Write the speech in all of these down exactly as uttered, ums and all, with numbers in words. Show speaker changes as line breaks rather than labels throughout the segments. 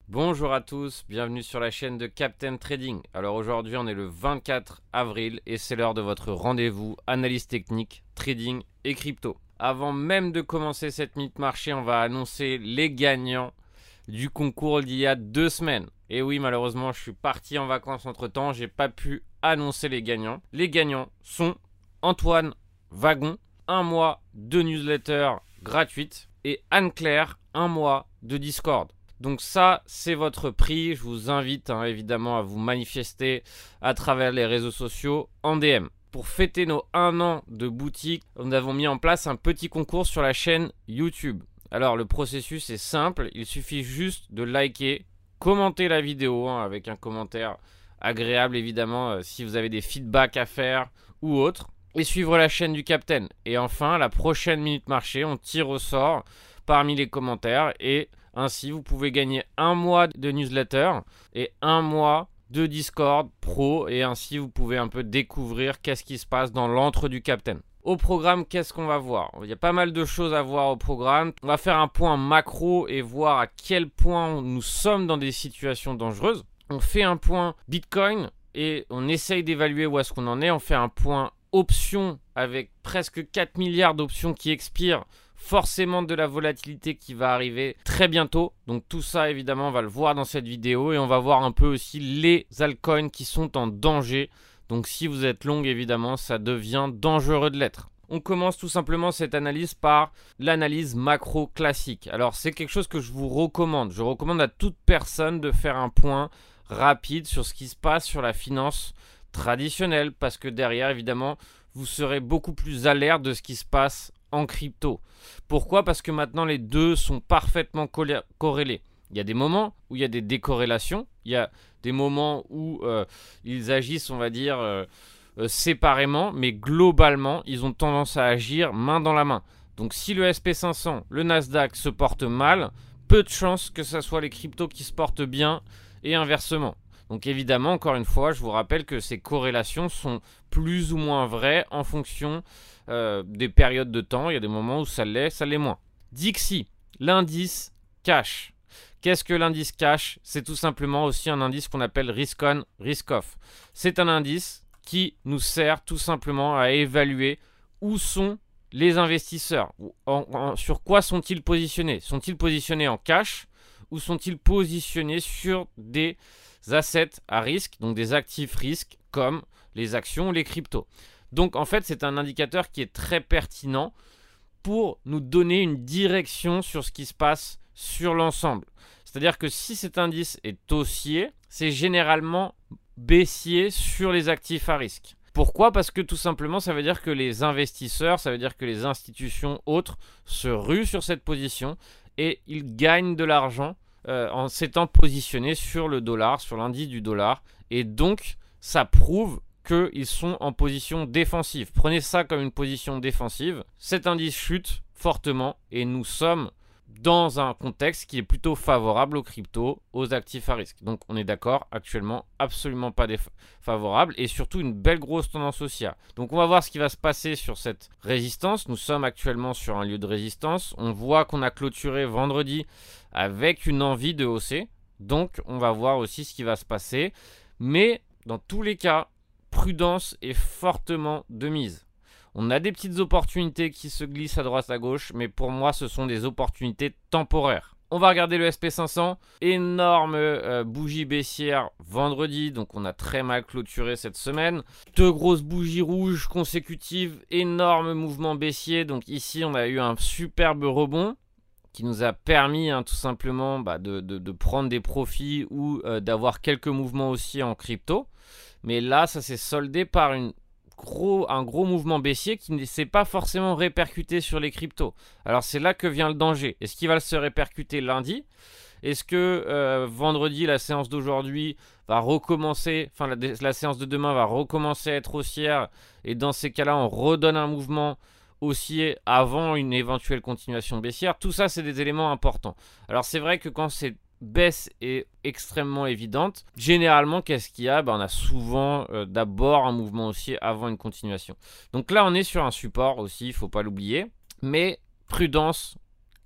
Bonjour à tous, bienvenue sur la chaîne de Captain Trading. Alors aujourd'hui on est le vingt-quatre avril et c'est l'heure de votre rendez-vous analyse technique, trading et crypto. Avant même de commencer cette minute marché, on va annoncer les gagnants du concours d'il y a deux semaines. Et oui, malheureusement je suis parti en vacances entre temps, j'ai pas pu annoncer les gagnants. Les gagnants sont Antoine Wagon, un mois de newsletter gratuite, et Anne-Claire, un mois de Discord. Donc ça, c'est votre prix. Je vous invite hein, évidemment à vous manifester à travers les réseaux sociaux en D M. Pour fêter nos un an de boutique, nous avons mis en place un petit concours sur la chaîne YouTube. Alors le processus est simple, il suffit juste de liker, commenter la vidéo hein, avec un commentaire agréable évidemment euh, si vous avez des feedbacks à faire ou autre, et suivre la chaîne du Captain. Et enfin, la prochaine minute marché, on tire au sort parmi les commentaires et ainsi, vous pouvez gagner un mois de newsletter et un mois de Discord Pro. Et ainsi, vous pouvez un peu découvrir qu'est-ce qui se passe dans l'antre du Captain. Au programme, qu'est-ce qu'on va voir? Il y a pas mal de choses à voir au programme. On va faire un point macro et voir à quel point nous sommes dans des situations dangereuses. On fait un point Bitcoin et on essaye d'évaluer où est-ce qu'on en est. On fait un point options avec presque quatre milliards d'options qui expirent. Forcément de la volatilité qui va arriver très bientôt. Donc tout ça évidemment on va le voir dans cette vidéo. Et on va voir un peu aussi les altcoins qui sont en danger. Donc si vous êtes long évidemment ça devient dangereux de l'être. On commence tout simplement cette analyse par l'analyse macro classique. Alors c'est quelque chose que je vous recommande. Je recommande à toute personne de faire un point rapide sur ce qui se passe sur la finance traditionnelle. Parce que derrière évidemment vous serez beaucoup plus alerte de ce qui se passe en crypto. Pourquoi? Parce que maintenant les deux sont parfaitement corrélés. Il y a des moments où il y a des décorrélations, il y a des moments où euh, ils agissent, on va dire, euh, euh, séparément, mais globalement, ils ont tendance à agir main dans la main. Donc si le S and P cinq cents, le Nasdaq se portent mal, peu de chances que ce soit les cryptos qui se portent bien et inversement. Donc évidemment, encore une fois, je vous rappelle que ces corrélations sont plus ou moins vraies en fonction euh, des périodes de temps. Il y a des moments où ça l'est, ça l'est moins. Dixie, l'indice cash. Qu'est-ce que l'indice cash? C'est tout simplement aussi un indice qu'on appelle risk on, risk off. C'est un indice qui nous sert tout simplement à évaluer où sont les investisseurs. En, en, sur quoi sont-ils positionnés? Sont-ils positionnés en cash ou sont-ils positionnés sur des assets à risque, donc des actifs risques comme les actions ou les cryptos. Donc en fait c'est un indicateur qui est très pertinent pour nous donner une direction sur ce qui se passe sur l'ensemble. C'est-à-dire que si cet indice est haussier, c'est généralement baissier sur les actifs à risque. Pourquoi? Parce que tout simplement ça veut dire que les investisseurs, ça veut dire que les institutions autres se ruent sur cette position et ils gagnent de l'argent Euh, en s'étant positionné sur le dollar, sur l'indice du dollar. Et donc, ça prouve qu'ils sont en position défensive. Prenez ça comme une position défensive. Cet indice chute fortement et nous sommes dans un contexte qui est plutôt favorable aux cryptos, aux actifs à risque. Donc, on est d'accord, actuellement, absolument pas favorable et surtout une belle grosse tendance haussière. Donc, on va voir ce qui va se passer sur cette résistance. Nous sommes actuellement sur un lieu de résistance. On voit qu'on a clôturé vendredi avec une envie de hausser. Donc, on va voir aussi ce qui va se passer. Mais, dans tous les cas, prudence est fortement de mise. On a des petites opportunités qui se glissent à droite à gauche, mais pour moi, ce sont des opportunités temporaires. On va regarder le S and P cinq cents. Énorme euh, bougie baissière vendredi, donc on a très mal clôturé cette semaine. Deux grosses bougies rouges consécutives, énorme mouvement baissier. Donc ici, on a eu un superbe rebond qui nous a permis hein, tout simplement bah, de, de, de prendre des profits ou euh, d'avoir quelques mouvements aussi en crypto. Mais là, ça s'est soldé par une Gros, un gros mouvement baissier qui ne s'est pas forcément répercuté sur les cryptos. Alors c'est là que vient le danger. Est-ce qu'il va se répercuter lundi? Est-ce que euh, vendredi, la séance d'aujourd'hui va recommencer, enfin la, la séance de demain va recommencer à être haussière et dans ces cas-là, on redonne un mouvement haussier avant une éventuelle continuation baissière? Tout ça, c'est des éléments importants. Alors c'est vrai que quand c'est baisse est extrêmement évidente. Généralement, qu'est-ce qu'il y a? Ben, on a souvent euh, d'abord un mouvement haussier avant une continuation. Donc là, on est sur un support aussi, il ne faut pas l'oublier. Mais prudence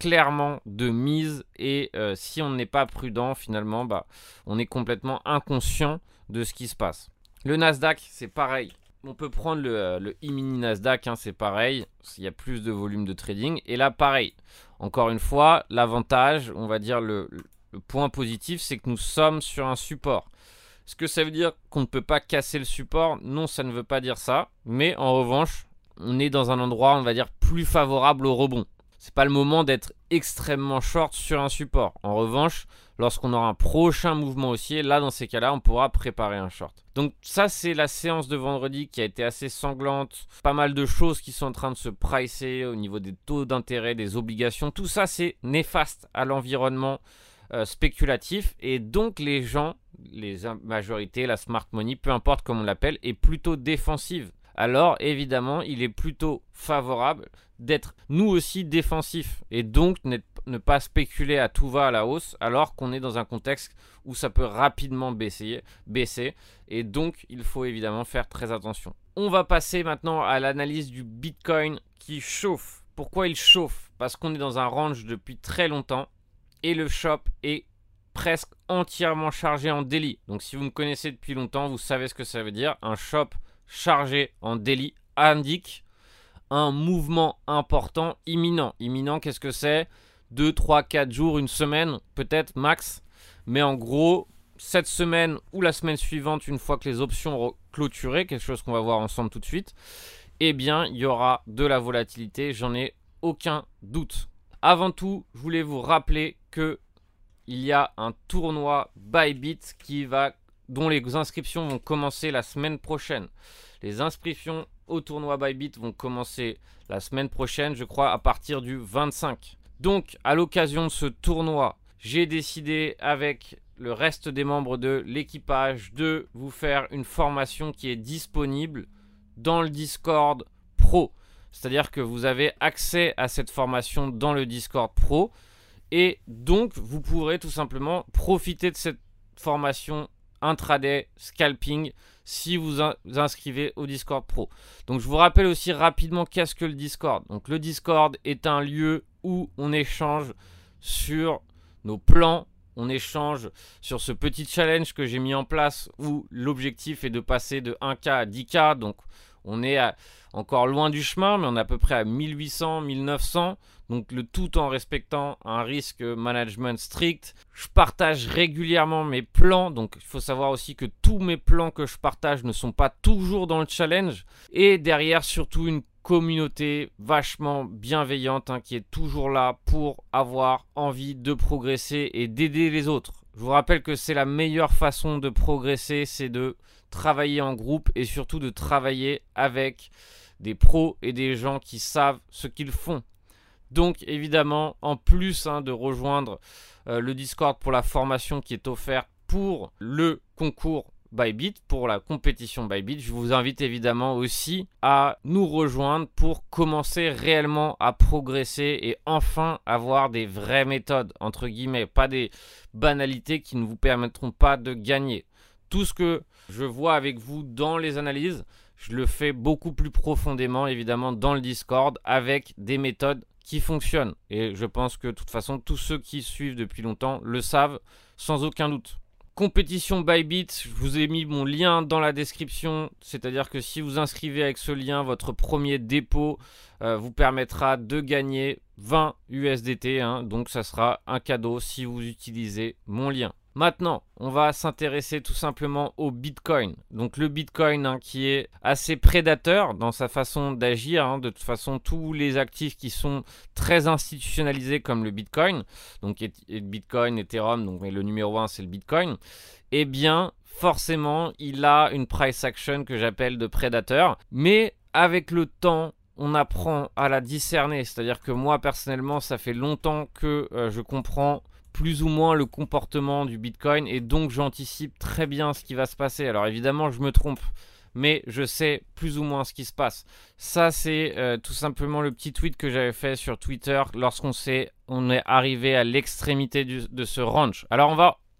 clairement de mise et euh, si on n'est pas prudent, finalement, bah, on est complètement inconscient de ce qui se passe. Le Nasdaq, c'est pareil. On peut prendre le, le e-mini Nasdaq, hein, c'est pareil. Il y a plus de volume de trading. Et là, pareil. Encore une fois, l'avantage, on va dire le, le point positif, c'est que nous sommes sur un support. Est-ce que ça veut dire qu'on ne peut pas casser le support? Non, ça ne veut pas dire ça. Mais en revanche, on est dans un endroit, on va dire, plus favorable au rebond. C'est pas le moment d'être extrêmement short sur un support. En revanche, lorsqu'on aura un prochain mouvement haussier, là, dans ces cas-là, on pourra préparer un short. Donc ça, c'est la séance de vendredi qui a été assez sanglante. Pas mal de choses qui sont en train de se pricer au niveau des taux d'intérêt, des obligations. Tout ça, c'est néfaste à l'environnement euh, spéculatif. Et donc, les gens, les majorités, la smart money, peu importe comment on l'appelle, est plutôt défensive. Alors évidemment, il est plutôt favorable d'être nous aussi défensifs et donc ne pas spéculer à tout va à la hausse alors qu'on est dans un contexte où ça peut rapidement baisser, baisser et donc il faut évidemment faire très attention. On va passer maintenant à l'analyse du Bitcoin qui chauffe. Pourquoi il chauffe? Parce qu'on est dans un range depuis très longtemps et le shop est presque entièrement chargé en daily. Donc si vous me connaissez depuis longtemps, vous savez ce que ça veut dire. Un shop chargé en daily indique un mouvement important imminent. Imminent, qu'est-ce que c'est? deux, trois, quatre jours, une semaine, peut-être max. Mais en gros, cette semaine ou la semaine suivante, une fois que les options auront clôturé, quelque chose qu'on va voir ensemble tout de suite, eh bien, il y aura de la volatilité, j'en ai aucun doute. Avant tout, je voulais vous rappeler que il y a un tournoi Bybit qui va dont les inscriptions vont commencer la semaine prochaine. Les inscriptions au tournoi Bybit vont commencer la semaine prochaine, je crois, à partir du vingt-cinq. Donc, à l'occasion de ce tournoi, j'ai décidé avec le reste des membres de l'équipage de vous faire une formation qui est disponible dans le Discord Pro. C'est-à-dire que vous avez accès à cette formation dans le Discord Pro et donc vous pourrez tout simplement profiter de cette formation intraday scalping si vous vous inscrivez au Discord Pro. Donc je vous rappelle aussi rapidement qu'est-ce que le Discord. Donc le Discord est un lieu où on échange sur nos plans, on échange sur ce petit challenge que j'ai mis en place où l'objectif est de passer de un K à dix K. Donc on est à, encore loin du chemin, mais on est à peu près à mille huit cents, mille neuf cents. Donc le tout en respectant un risque management strict. Je partage régulièrement mes plans. Donc il faut savoir aussi que tous mes plans que je partage ne sont pas toujours dans le challenge. Et derrière surtout une communauté vachement bienveillante hein, qui est toujours là pour avoir envie de progresser et d'aider les autres. Je vous rappelle que c'est la meilleure façon de progresser, c'est de travailler en groupe et surtout de travailler avec des pros et des gens qui savent ce qu'ils font. Donc évidemment, en plus hein, de rejoindre euh, le Discord pour la formation qui est offerte pour le concours Bybit, pour la compétition Bybit, je vous invite évidemment aussi à nous rejoindre pour commencer réellement à progresser et enfin avoir des vraies méthodes, entre guillemets, pas des banalités qui ne vous permettront pas de gagner. Tout ce que je vois avec vous dans les analyses, je le fais beaucoup plus profondément évidemment dans le Discord avec des méthodes qui fonctionnent. Et je pense que de toute façon, tous ceux qui suivent depuis longtemps le savent sans aucun doute. Compétition Bybit, je vous ai mis mon lien dans la description, c'est-à-dire que si vous inscrivez avec ce lien, votre premier dépôt euh, vous permettra de gagner vingt U S D T, hein, donc ça sera un cadeau si vous utilisez mon lien. Maintenant, on va s'intéresser tout simplement au Bitcoin. Donc le Bitcoin hein, qui est assez prédateur dans sa façon d'agir. Hein. De toute façon, tous les actifs qui sont très institutionnalisés comme le Bitcoin, donc Bitcoin, Ethereum, donc mais le numéro un c'est le Bitcoin, eh bien forcément il a une price action que j'appelle de prédateur. Mais avec le temps, on apprend à la discerner. C'est-à-dire que moi personnellement, ça fait longtemps que euh, je comprends plus ou moins le comportement du Bitcoin et donc j'anticipe très bien ce qui va se passer. Alors évidemment je me trompe, mais je sais plus ou moins ce qui se passe. Ça c'est euh, tout simplement le petit tweet que j'avais fait sur Twitter lorsqu'on s'est, on est arrivé à l'extrémité du, de ce range. Alors on va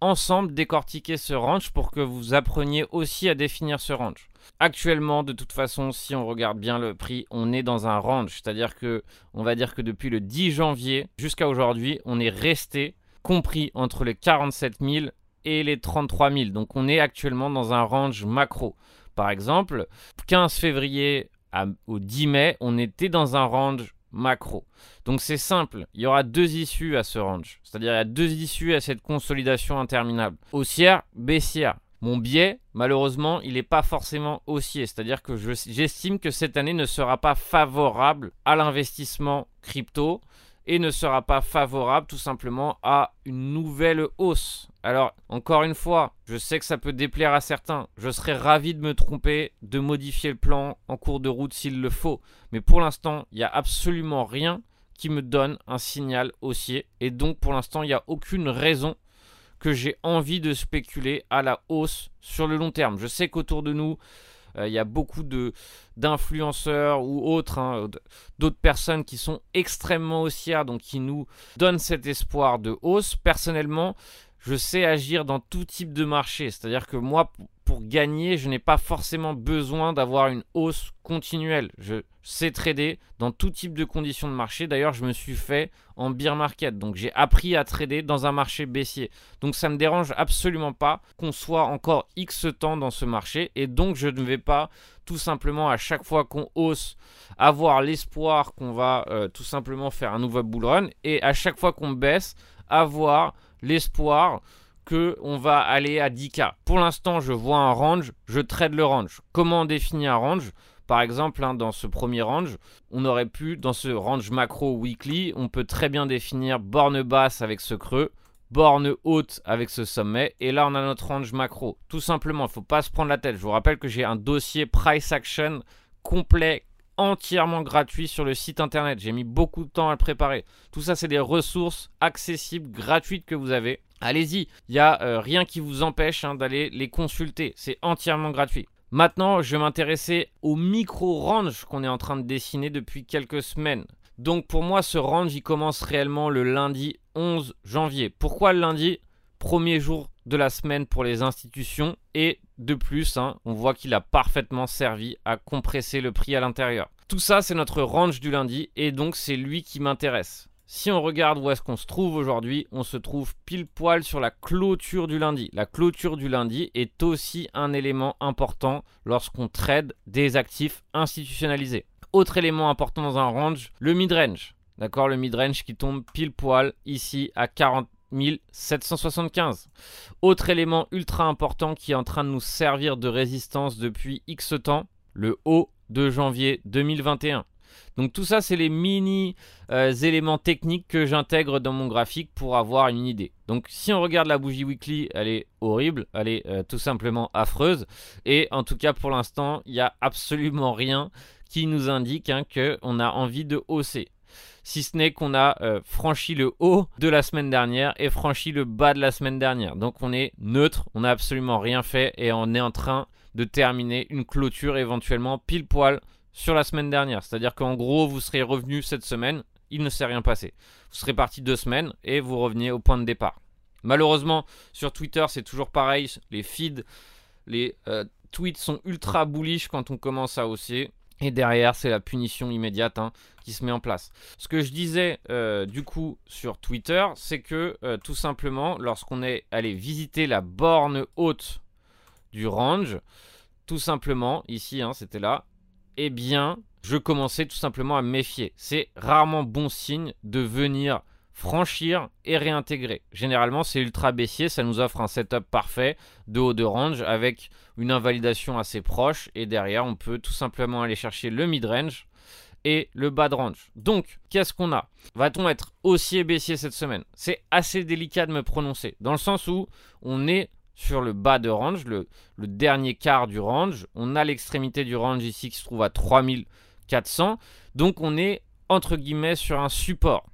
ensemble décortiquer ce range pour que vous appreniez aussi à définir ce range. Actuellement, de toute façon, si on regarde bien le prix, on est dans un range, c'est-à-dire que on va dire que depuis le dix janvier jusqu'à aujourd'hui, on est resté compris entre les quarante-sept mille et les trente-trois mille. Donc on est actuellement dans un range macro. Par exemple, quinze février à, au dix mai, on était dans un range macro. Donc c'est simple, il y aura deux issues à ce range. C'est-à-dire il y a deux issues à cette consolidation interminable. Haussière, baissière. Mon biais, malheureusement, il n'est pas forcément haussier. C'est-à-dire que je, j'estime que cette année ne sera pas favorable à l'investissement crypto et ne sera pas favorable tout simplement à une nouvelle hausse. Alors, encore une fois, je sais que ça peut déplaire à certains. Je serais ravi de me tromper, de modifier le plan en cours de route s'il le faut. Mais pour l'instant, il n'y a absolument rien qui me donne un signal haussier. Et donc, pour l'instant, il n'y a aucune raison que j'ai envie de spéculer à la hausse sur le long terme. Je sais qu'autour de nous, il euh, y a beaucoup de, d'influenceurs ou autres, hein, d'autres personnes qui sont extrêmement haussières, donc qui nous donnent cet espoir de hausse. Personnellement, je sais agir dans tout type de marché. C'est-à-dire que moi, pour gagner, je n'ai pas forcément besoin d'avoir une hausse continuelle. Je sais trader dans tout type de conditions de marché. D'ailleurs, je me suis fait en bear market. Donc, j'ai appris à trader dans un marché baissier. Donc, ça ne me dérange absolument pas qu'on soit encore X temps dans ce marché. Et donc, je ne vais pas tout simplement, à chaque fois qu'on hausse, avoir l'espoir qu'on va euh, tout simplement faire un nouveau bull run. Et à chaque fois qu'on baisse, avoir l'espoir qu'on va aller à dix K. Pour l'instant, je vois un range, je trade le range. Comment on définit un range ? Par exemple, hein, dans ce premier range, on aurait pu, dans ce range macro weekly, on peut très bien définir borne basse avec ce creux, borne haute avec ce sommet, et là on a notre range macro. Tout simplement, il ne faut pas se prendre la tête. Je vous rappelle que j'ai un dossier price action complet, entièrement gratuit sur le site internet. J'ai mis beaucoup de temps à le préparer. Tout ça, c'est des ressources accessibles, gratuites que vous avez. Allez-y, il n'y a euh, rien qui vous empêche hein, d'aller les consulter. C'est entièrement gratuit. Maintenant, je vais m'intéresser au micro-range qu'on est en train de dessiner depuis quelques semaines. Donc pour moi, ce range, il commence réellement le lundi onze janvier. Pourquoi le lundi ? Premier jour de la semaine pour les institutions. Et de plus, hein, on voit qu'il a parfaitement servi à compresser le prix à l'intérieur. Tout ça, c'est notre range du lundi et donc c'est lui qui m'intéresse. Si on regarde où est-ce qu'on se trouve aujourd'hui, on se trouve pile poil sur la clôture du lundi. La clôture du lundi est aussi un élément important lorsqu'on trade des actifs institutionnalisés. Autre élément important dans un range, le mid-range. D'accord, le mid-range qui tombe pile poil ici à quarante mille sept cent soixante-quinze. Autre élément ultra important qui est en train de nous servir de résistance depuis X temps, le haut de janvier deux mille vingt et un. Donc tout ça, c'est les mini euh, éléments techniques que j'intègre dans mon graphique pour avoir une idée. Donc si on regarde la bougie weekly, elle est horrible, elle est euh, tout simplement affreuse. Et en tout cas, pour l'instant, il n'y a absolument rien qui nous indique hein, qu'on a envie de hausser. Si ce n'est qu'on a euh, franchi le haut de la semaine dernière et franchi le bas de la semaine dernière. Donc on est neutre, on n'a absolument rien fait et on est en train de terminer une clôture éventuellement pile poil sur la semaine dernière. C'est-à-dire qu'en gros, vous serez revenu cette semaine, il ne s'est rien passé. Vous serez parti deux semaines et vous reveniez au point de départ. Malheureusement, sur Twitter, c'est toujours pareil. Les feeds, les euh, tweets sont ultra bullish quand on commence à hausser. Et derrière, c'est la punition immédiate hein, qui se met en place. Ce que je disais euh, du coup sur Twitter, c'est que euh, tout simplement, lorsqu'on est allé visiter la borne haute du range, tout simplement, ici, hein, c'était là, eh bien, je commençais tout simplement à me méfier. C'est rarement bon signe de venir franchir et réintégrer. Généralement, c'est ultra baissier, ça nous offre un setup parfait de haut de range avec une invalidation assez proche et derrière, on peut tout simplement aller chercher le mid-range et le bas de range. Donc, qu'est-ce qu'on a ? Va-t-on être haussier baissier cette semaine ? C'est assez délicat de me prononcer dans le sens où on est sur le bas de range, le, le dernier quart du range. On a l'extrémité du range ici qui se trouve à trois mille quatre cents. Donc, on est entre guillemets sur un support.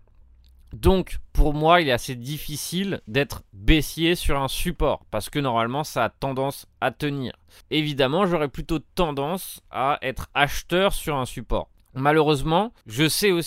Donc, pour moi, il est assez difficile d'être baissier sur un support parce que normalement, ça a tendance à tenir. Évidemment, j'aurais plutôt tendance à être acheteur sur un support. Malheureusement, je sais aussi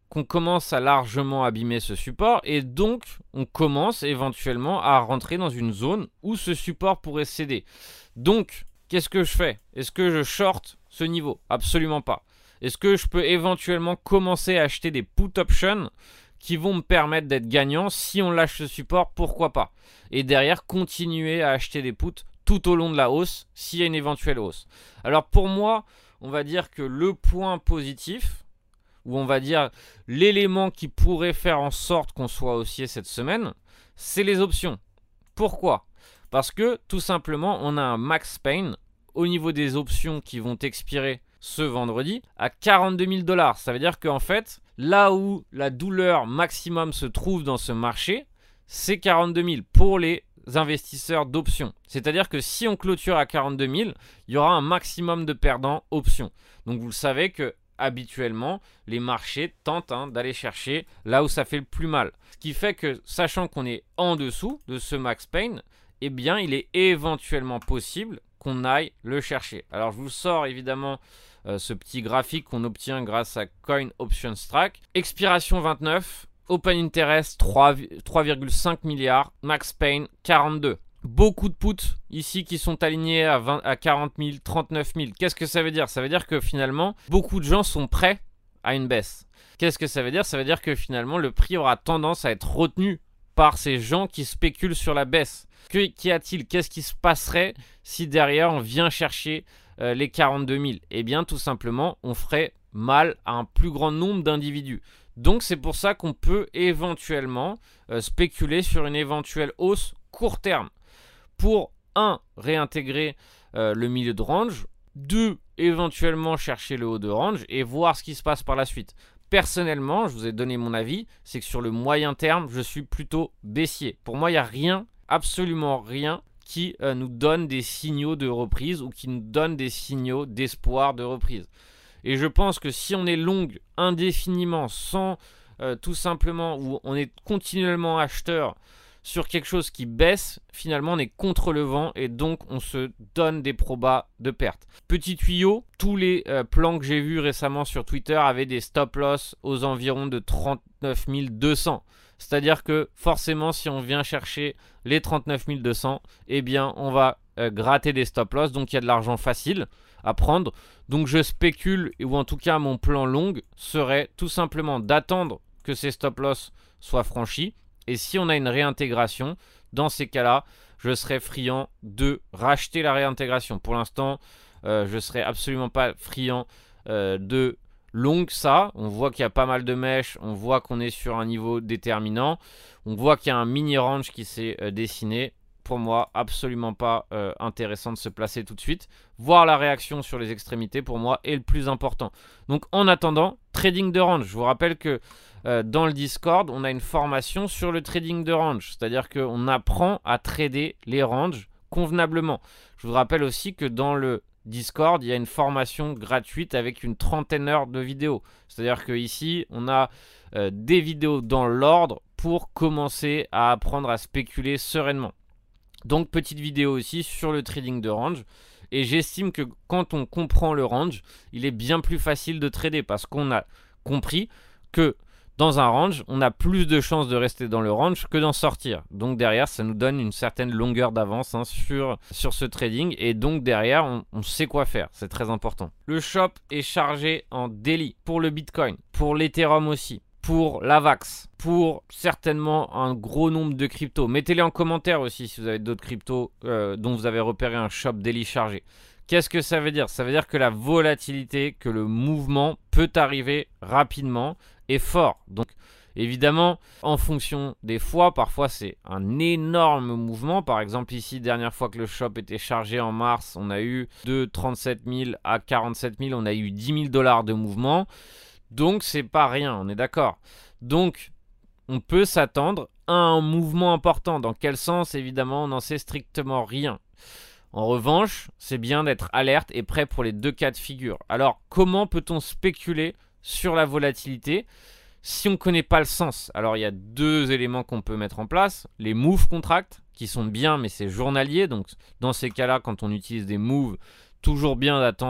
qu'on commence à largement abîmer ce support et donc on commence éventuellement à rentrer dans une zone où ce support pourrait céder. Donc, qu'est-ce que je fais? Est-ce que je short ce niveau? Absolument pas. Est-ce que je peux éventuellement commencer à acheter des put options qui vont me permettre d'être gagnant si on lâche ce support? Pourquoi pas? Et derrière, continuer à acheter des puts tout au long de la hausse s'il y a une éventuelle hausse. Alors pour moi, on va dire que le point positif, ou on va dire l'élément qui pourrait faire en sorte qu'on soit haussier cette semaine, c'est les options. Pourquoi? Parce que tout simplement, on a un max pain au niveau des options qui vont expirer ce vendredi à quarante-deux mille dollars. Ça veut dire qu'en fait, là où la douleur maximum se trouve dans ce marché, c'est quarante-deux mille pour les investisseurs d'options. C'est-à-dire que si on clôture à quarante-deux mille, il y aura un maximum de perdants options. Donc vous le savez que habituellement, les marchés tentent hein, d'aller chercher là où ça fait le plus mal. Ce qui fait que, sachant qu'on est en dessous de ce max pain, eh bien, il est éventuellement possible qu'on aille le chercher. Alors, je vous sors évidemment euh, ce petit graphique qu'on obtient grâce à Coin Options Track. Expiration vingt-neuf, Open Interest trois virgule cinq milliards, max pain quarante-deux. Beaucoup de puts ici qui sont alignés à, vingt, à quarante mille, trente-neuf mille. Qu'est-ce que ça veut dire? Ça veut dire que finalement, beaucoup de gens sont prêts à une baisse. Qu'est-ce que ça veut dire? Ça veut dire que finalement, le prix aura tendance à être retenu par ces gens qui spéculent sur la baisse. Que, qu'y a-t-il? Qu'est-ce qui se passerait si derrière, on vient chercher euh, les quarante-deux mille? Eh bien, tout simplement, on ferait mal à un plus grand nombre d'individus. Donc, c'est pour ça qu'on peut éventuellement euh, spéculer sur une éventuelle hausse court terme. Pour un, réintégrer euh, le milieu de range, deux, éventuellement chercher le haut de range et voir ce qui se passe par la suite. Personnellement, je vous ai donné mon avis, c'est que sur le moyen terme, je suis plutôt baissier. Pour moi, il n'y a rien, absolument rien, qui euh, nous donne des signaux de reprise ou qui nous donne des signaux d'espoir de reprise. Et je pense que si on est long indéfiniment, sans euh, tout simplement, où on est continuellement acheteur, sur quelque chose qui baisse, finalement on est contre le vent et donc on se donne des probas de perte. Petit tuyau, tous les euh, plans que j'ai vus récemment sur Twitter avaient des stop loss aux environs de trente-neuf mille deux cents. C'est-à-dire que forcément si on vient chercher les trente-neuf mille deux cents, eh bien on va euh, gratter des stop loss, donc il y a de l'argent facile à prendre. Donc je spécule, ou en tout cas mon plan long serait tout simplement d'attendre que ces stop loss soient franchis. Et si on a une réintégration, dans ces cas-là, je serais friand de racheter la réintégration. Pour l'instant, euh, je ne serais absolument pas friand euh, de long ça. On voit qu'il y a pas mal de mèches, on voit qu'on est sur un niveau déterminant. On voit qu'il y a un mini range qui s'est euh, dessiné. Pour moi, absolument pas euh, intéressant de se placer tout de suite. Voir la réaction sur les extrémités, pour moi, est le plus important. Donc, en attendant, trading de range. Je vous rappelle que euh, dans le Discord, on a une formation sur le trading de range. C'est-à-dire qu'on apprend à trader les ranges convenablement. Je vous rappelle aussi que dans le Discord, il y a une formation gratuite avec une trentaine d'heures de vidéos. C'est-à-dire qu'ici, on a euh, des vidéos dans l'ordre pour commencer à apprendre à spéculer sereinement. Donc, petite vidéo aussi sur le trading de range. Et j'estime que quand on comprend le range, il est bien plus facile de trader parce qu'on a compris que dans un range, on a plus de chances de rester dans le range que d'en sortir. Donc derrière, ça nous donne une certaine longueur d'avance hein, sur, sur ce trading. Et donc derrière, on, on sait quoi faire. C'est très important. Le shop est chargé en daily pour le Bitcoin, pour l'Ethereum aussi, pour l'Avax, pour certainement un gros nombre de cryptos. Mettez-les en commentaire aussi si vous avez d'autres cryptos euh, dont vous avez repéré un shop daily chargé. Qu'est-ce que ça veut dire? Ça veut dire que la volatilité, que le mouvement peut arriver rapidement et fort. Donc évidemment, en fonction des fois, parfois c'est un énorme mouvement. Par exemple ici, dernière fois que le shop était chargé en mars, on a eu de trente-sept mille à quarante-sept mille, on a eu dix mille dollars de mouvement. Donc c'est pas rien, on est d'accord. Donc on peut s'attendre à un mouvement important. Dans quel sens? Évidemment, on n'en sait strictement rien. En revanche, c'est bien d'être alerte et prêt pour les deux cas de figure. Alors, comment peut-on spéculer sur la volatilité si on ne connaît pas le sens? Alors, il y a deux éléments qu'on peut mettre en place. Les move contracts, qui sont bien, mais c'est journalier. Donc, dans ces cas-là, quand on utilise des moves, toujours bien d'attendre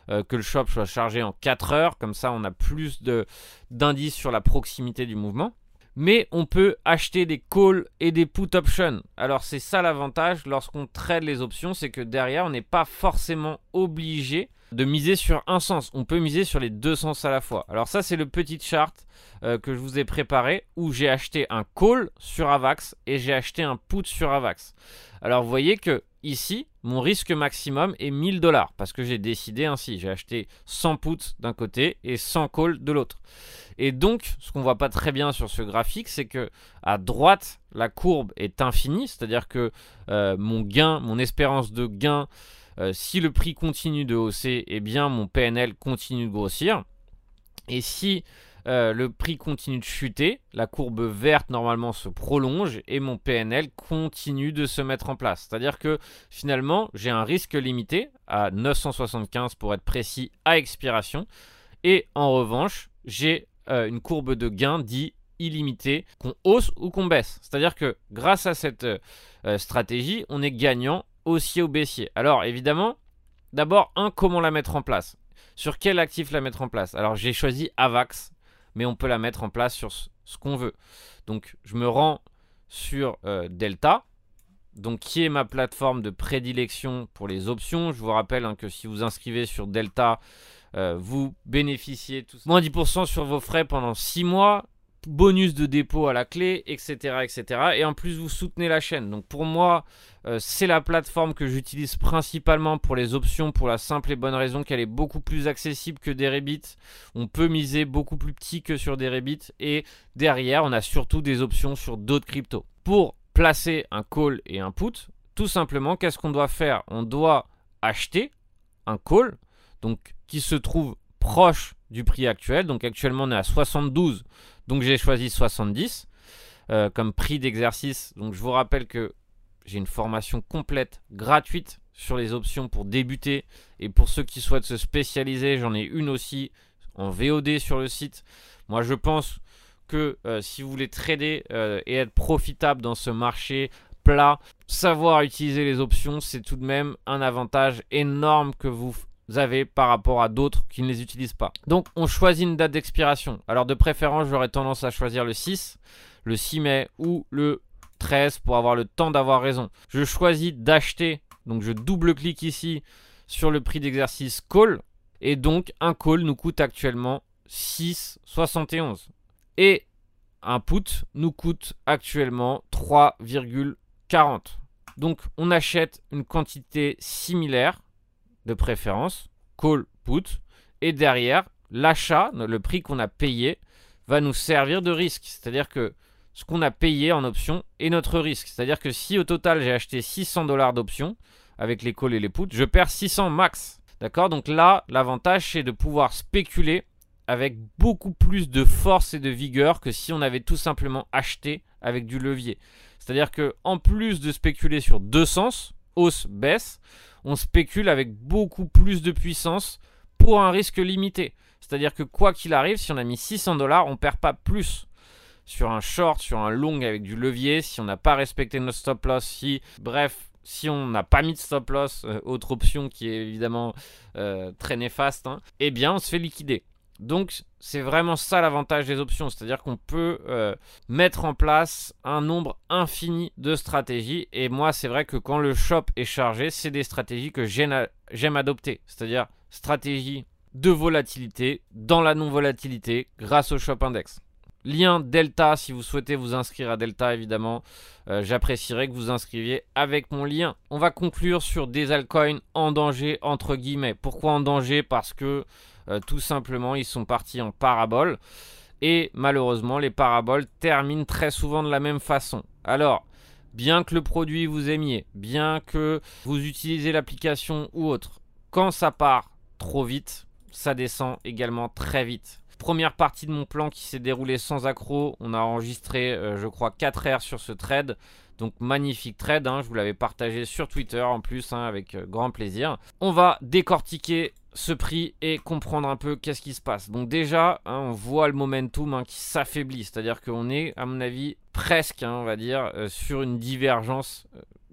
euh, que le shop soit chargé en quatre heures. Comme ça, on a plus de, d'indices sur la proximité du mouvement. Mais on peut acheter des calls et des put options. Alors c'est ça l'avantage lorsqu'on trade les options, c'est que derrière on n'est pas forcément obligé de miser sur un sens. On peut miser sur les deux sens à la fois. Alors ça c'est le petit chart euh, que je vous ai préparé où j'ai acheté un call sur AVAX et j'ai acheté un put sur AVAX. Alors vous voyez que ici mon risque maximum est mille dollars parce que j'ai décidé ainsi. J'ai acheté cent puts d'un côté et cent calls de l'autre. Et donc, ce qu'on voit pas très bien sur ce graphique, c'est que à droite, la courbe est infinie, c'est-à-dire que euh, mon gain, mon espérance de gain, euh, si le prix continue de hausser, eh bien mon P N L continue de grossir. Et si euh, le prix continue de chuter, la courbe verte normalement se prolonge et mon P N L continue de se mettre en place. C'est-à-dire que finalement, j'ai un risque limité à neuf cent soixante-quinze pour être précis à expiration. Et en revanche, j'ai Euh, une courbe de gain dit illimitée, qu'on hausse ou qu'on baisse. C'est-à-dire que grâce à cette euh, stratégie, on est gagnant haussier ou baissier. Alors évidemment, d'abord, un, comment la mettre en place? Sur quel actif la mettre en place? Alors j'ai choisi AVAX, mais on peut la mettre en place sur ce, ce qu'on veut. Donc je me rends sur euh, Delta, donc qui est ma plateforme de prédilection pour les options. Je vous rappelle hein, que si vous inscrivez sur Delta, Euh, vous bénéficiez tout moins dix pour cent sur vos frais pendant six mois, bonus de dépôt à la clé, et cetera, et cetera. Et en plus, vous soutenez la chaîne. Donc pour moi, euh, c'est la plateforme que j'utilise principalement pour les options pour la simple et bonne raison qu'elle est beaucoup plus accessible que des Rebits. On peut miser beaucoup plus petit que sur des Rebits. Et derrière, on a surtout des options sur d'autres cryptos. Pour placer un call et un put, tout simplement, qu'est-ce qu'on doit faire? On doit acheter un call, donc qui se trouve proche du prix actuel. Donc actuellement on est à soixante-douze, donc j'ai choisi soixante-dix euh, comme prix d'exercice. Donc je vous rappelle que j'ai une formation complète gratuite sur les options pour débuter, et pour ceux qui souhaitent se spécialiser, j'en ai une aussi en V O D sur le site. Moi je pense que euh, si vous voulez trader euh, et être profitable dans ce marché plat, savoir utiliser les options, c'est tout de même un avantage énorme que vous vous avez par rapport à d'autres qui ne les utilisent pas. Donc on choisit une date d'expiration. Alors de préférence, j'aurais tendance à choisir le six, le six mai ou le treize pour avoir le temps d'avoir raison. Je choisis d'acheter, donc je double-clique ici sur le prix d'exercice call, et donc un call nous coûte actuellement six virgule soixante et onze. Et un put nous coûte actuellement trois virgule quarante. Donc on achète une quantité similaire, de préférence, call, put, et derrière, l'achat, le prix qu'on a payé, va nous servir de risque. C'est-à-dire que ce qu'on a payé en option est notre risque. C'est-à-dire que si au total j'ai acheté six cents dollars d'options avec les calls et les puts, je perds six cents max. D'accord? Donc là, l'avantage c'est de pouvoir spéculer avec beaucoup plus de force et de vigueur que si on avait tout simplement acheté avec du levier. C'est-à-dire que en plus de spéculer sur deux sens, hausse, baisse, on spécule avec beaucoup plus de puissance pour un risque limité. C'est-à-dire que quoi qu'il arrive, si on a mis six cents dollars, on ne perd pas plus. Sur un short, sur un long avec du levier, si on n'a pas respecté notre stop loss, si, bref, si on n'a pas mis de stop loss, euh, autre option qui est évidemment euh, très néfaste, hein, eh bien on se fait liquider. Donc c'est vraiment ça l'avantage des options, c'est-à-dire qu'on peut euh, mettre en place un nombre infini de stratégies, et moi c'est vrai que quand le shop est chargé, c'est des stratégies que j'aime adopter, c'est-à-dire stratégie de volatilité dans la non-volatilité grâce au shop index. Lien Delta si vous souhaitez vous inscrire à Delta évidemment, euh, j'apprécierais que vous inscriviez avec mon lien. On va conclure sur des altcoins en danger entre guillemets. Pourquoi en danger? Parce que euh, tout simplement ils sont partis en parabole, et malheureusement les paraboles terminent très souvent de la même façon. Alors bien que le produit vous aimiez, bien que vous utilisez l'application ou autre, quand ça part trop vite, ça descend également très vite. Première partie de mon plan qui s'est déroulée sans accroc. On a enregistré, euh, je crois, quatre heures sur ce trade. Donc, magnifique trade. Hein, je vous l'avais partagé sur Twitter en plus, hein, avec euh, grand plaisir. On va décortiquer ce prix et comprendre un peu qu'est-ce qui se passe. Donc, déjà, hein, on voit le momentum hein, qui s'affaiblit. C'est-à-dire qu'on est, à mon avis, presque, hein, on va dire, euh, sur une divergence euh,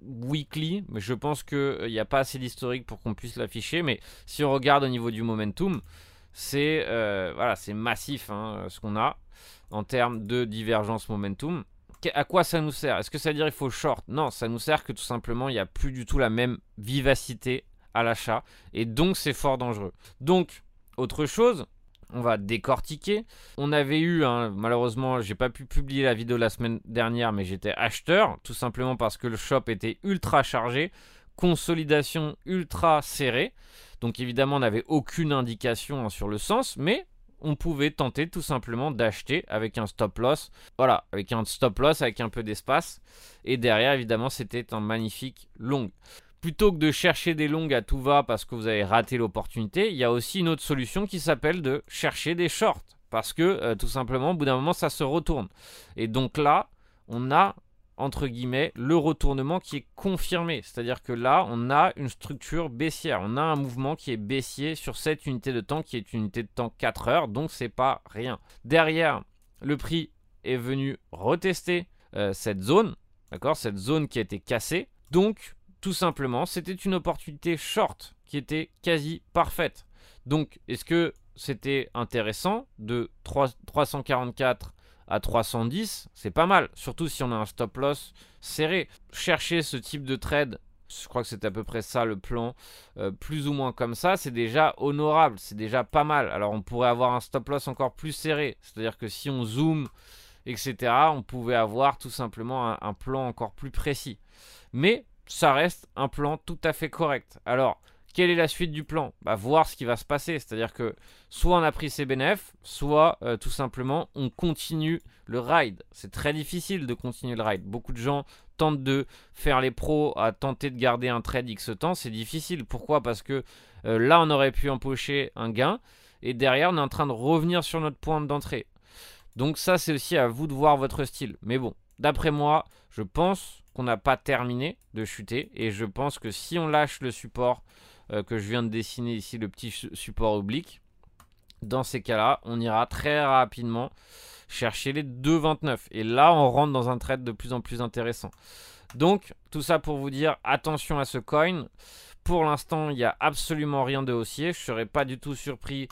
weekly, mais je pense qu'il n'y a pas assez d'historique pour qu'on puisse l'afficher. Mais si on regarde au niveau du momentum, c'est euh, voilà, c'est massif hein, ce qu'on a en termes de divergence momentum. À quoi ça nous sert? Est-ce que ça veut dire qu'il faut short? Non, ça nous sert que tout simplement il n'y a plus du tout la même vivacité à l'achat et donc c'est fort dangereux. Donc, autre chose, on va décortiquer. On avait eu, hein, malheureusement, j'ai pas pu publier la vidéo la semaine dernière, mais j'étais acheteur, tout simplement parce que le shop était ultra chargé, consolidation ultra serrée. Donc évidemment, on n'avait aucune indication hein, sur le sens, mais on pouvait tenter tout simplement d'acheter avec un stop loss. Voilà, avec un stop loss, avec un peu d'espace. Et derrière, évidemment, c'était un magnifique long. Plutôt que de chercher des longs à tout va parce que vous avez raté l'opportunité, il y a aussi une autre solution qui s'appelle de chercher des shorts. Parce que euh, tout simplement, au bout d'un moment, ça se retourne. Et donc là, on a entre guillemets, le retournement qui est confirmé. C'est-à-dire que là, on a une structure baissière. On a un mouvement qui est baissier sur cette unité de temps qui est une unité de temps quatre heures. Donc, c'est pas rien. Derrière, le prix est venu retester euh, cette zone. D'accord, cette zone qui a été cassée. Donc, tout simplement, c'était une opportunité short qui était quasi parfaite. Donc, est-ce que c'était intéressant de trois cent quarante-quatre à trois cent dix, c'est pas mal, surtout si on a un stop loss serré. Chercher ce type de trade, je crois que c'est à peu près ça le plan, euh, plus ou moins comme ça, c'est déjà honorable, c'est déjà pas mal. Alors on pourrait avoir un stop loss encore plus serré, c'est-à-dire que si on zoome, et cetera, on pouvait avoir tout simplement un, un plan encore plus précis. Mais ça reste un plan tout à fait correct. Alors, quelle est la suite du plan? Bah, voir ce qui va se passer. C'est-à-dire que soit on a pris ses bénéfices, soit euh, tout simplement on continue le ride. C'est très difficile de continuer le ride. Beaucoup de gens tentent de faire les pros à tenter de garder un trade X temps. C'est difficile. Pourquoi? Parce que euh, là, on aurait pu empocher un gain. Et derrière, on est en train de revenir sur notre point d'entrée. Donc ça, c'est aussi à vous de voir votre style. Mais bon, d'après moi, je pense qu'on n'a pas terminé de chuter. Et je pense que si on lâche le support euh, que je viens de dessiner ici, le petit support oblique, dans ces cas-là, on ira très rapidement chercher les deux virgule vingt-neuf. Et là, on rentre dans un trade de plus en plus intéressant. Donc, tout ça pour vous dire, attention à ce coin. Pour l'instant, il n'y a absolument rien de haussier. Je ne serais pas du tout surpris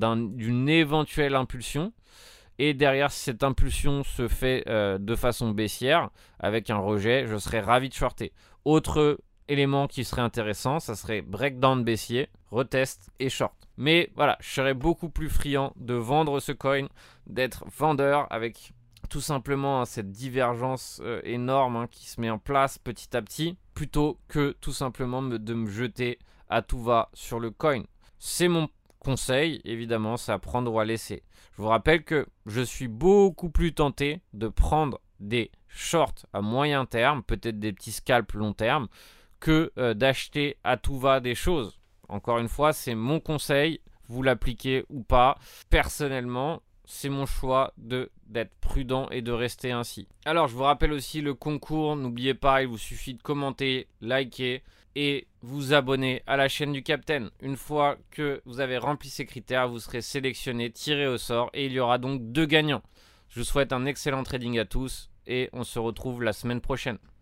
d'une éventuelle impulsion. Et derrière, si cette impulsion se fait euh, de façon baissière, avec un rejet, je serais ravi de shorter. Autre élément qui serait intéressant, ça serait breakdown baissier, retest et short. Mais voilà, je serais beaucoup plus friand de vendre ce coin, d'être vendeur avec tout simplement hein, cette divergence euh, énorme hein, qui se met en place petit à petit, plutôt que tout simplement me, de me jeter à tout va sur le coin. C'est mon conseil, évidemment, c'est à prendre ou à laisser. Je vous rappelle que je suis beaucoup plus tenté de prendre des shorts à moyen terme, peut-être des petits scalps long terme, que euh, d'acheter à tout va des choses. Encore une fois, c'est mon conseil, vous l'appliquez ou pas. Personnellement, c'est mon choix de d'être prudent et de rester ainsi. Alors, je vous rappelle aussi le concours. N'oubliez pas, il vous suffit de commenter, liker et vous abonner à la chaîne du Captain. Une fois que vous avez rempli ces critères, vous serez sélectionné, tiré au sort et il y aura donc deux gagnants. Je vous souhaite un excellent trading à tous et on se retrouve la semaine prochaine.